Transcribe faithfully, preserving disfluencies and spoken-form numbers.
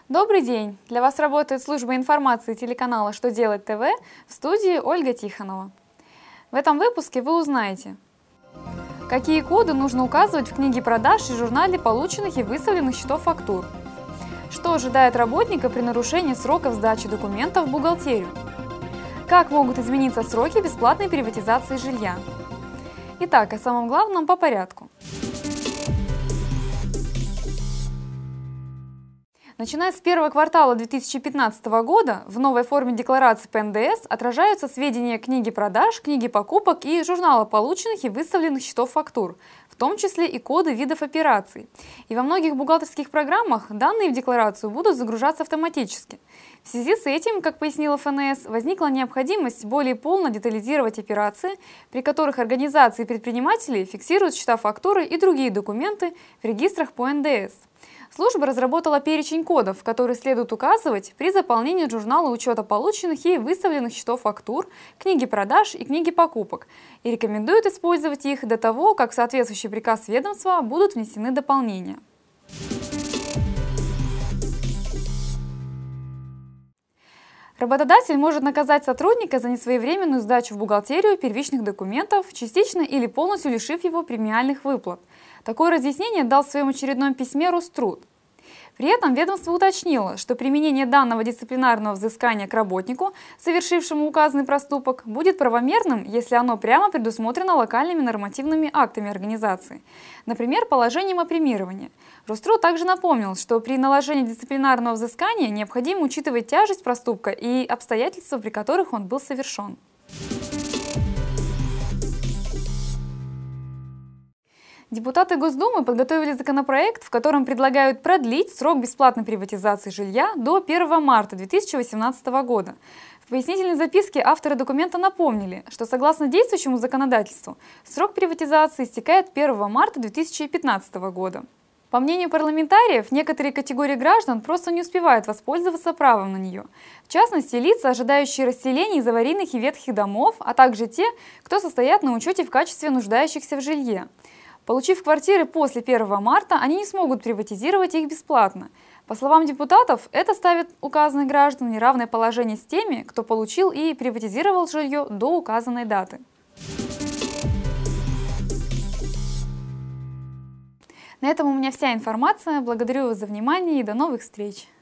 Добрый день! Для вас работает служба информации телеканала «Что делать ТВ», в студии Ольга Тихонова. В этом выпуске вы узнаете, какие коды нужно указывать в книге продаж и журнале полученных и выставленных счетов фактур, что ожидает работника при нарушении сроков сдачи документов в бухгалтерию, как могут измениться сроки бесплатной приватизации жилья. Итак, о самом главном по порядку. Начиная с первого квартала две тысячи пятнадцатого года в новой форме декларации по эн дэ эс отражаются сведения книги продаж, книги покупок и журнала полученных и выставленных счетов фактур, в том числе и коды видов операций. И во многих бухгалтерских программах данные в декларацию будут загружаться автоматически. В связи с этим, как пояснила эф эн эс, возникла необходимость более полно детализировать операции, при которых организации и предприниматели фиксируют счета фактуры и другие документы в регистрах по эн дэ эс. Служба разработала перечень кодов, которые следует указывать при заполнении журнала учета полученных и выставленных счетов фактур, книги продаж и книги покупок, и рекомендует использовать их до того, как в соответствующий приказ ведомства будут внесены дополнения. Работодатель может наказать сотрудника за несвоевременную сдачу в бухгалтерию первичных документов, частично или полностью лишив его премиальных выплат. Такое разъяснение дал в своем очередном письме Роструд. При этом ведомство уточнило, что применение данного дисциплинарного взыскания к работнику, совершившему указанный проступок, будет правомерным, если оно прямо предусмотрено локальными нормативными актами организации, например, положением о премировании. Роструд также напомнил, что при наложении дисциплинарного взыскания необходимо учитывать тяжесть проступка и обстоятельства, при которых он был совершен. Депутаты Госдумы подготовили законопроект, в котором предлагают продлить срок бесплатной приватизации жилья до первого марта две тысячи восемнадцатого года. В пояснительной записке авторы документа напомнили, что согласно действующему законодательству срок приватизации истекает первого марта две тысячи пятнадцатого года. По мнению парламентариев, некоторые категории граждан просто не успевают воспользоваться правом на нее. В частности, лица, ожидающие расселения из аварийных и ветхих домов, а также те, кто состоят на учете в качестве нуждающихся в жилье. Получив квартиры после первого марта, они не смогут приватизировать их бесплатно. По словам депутатов, это ставит указанных граждан в неравное положение с теми, кто получил и приватизировал жилье до указанной даты. На этом у меня вся информация. Благодарю вас за внимание и до новых встреч!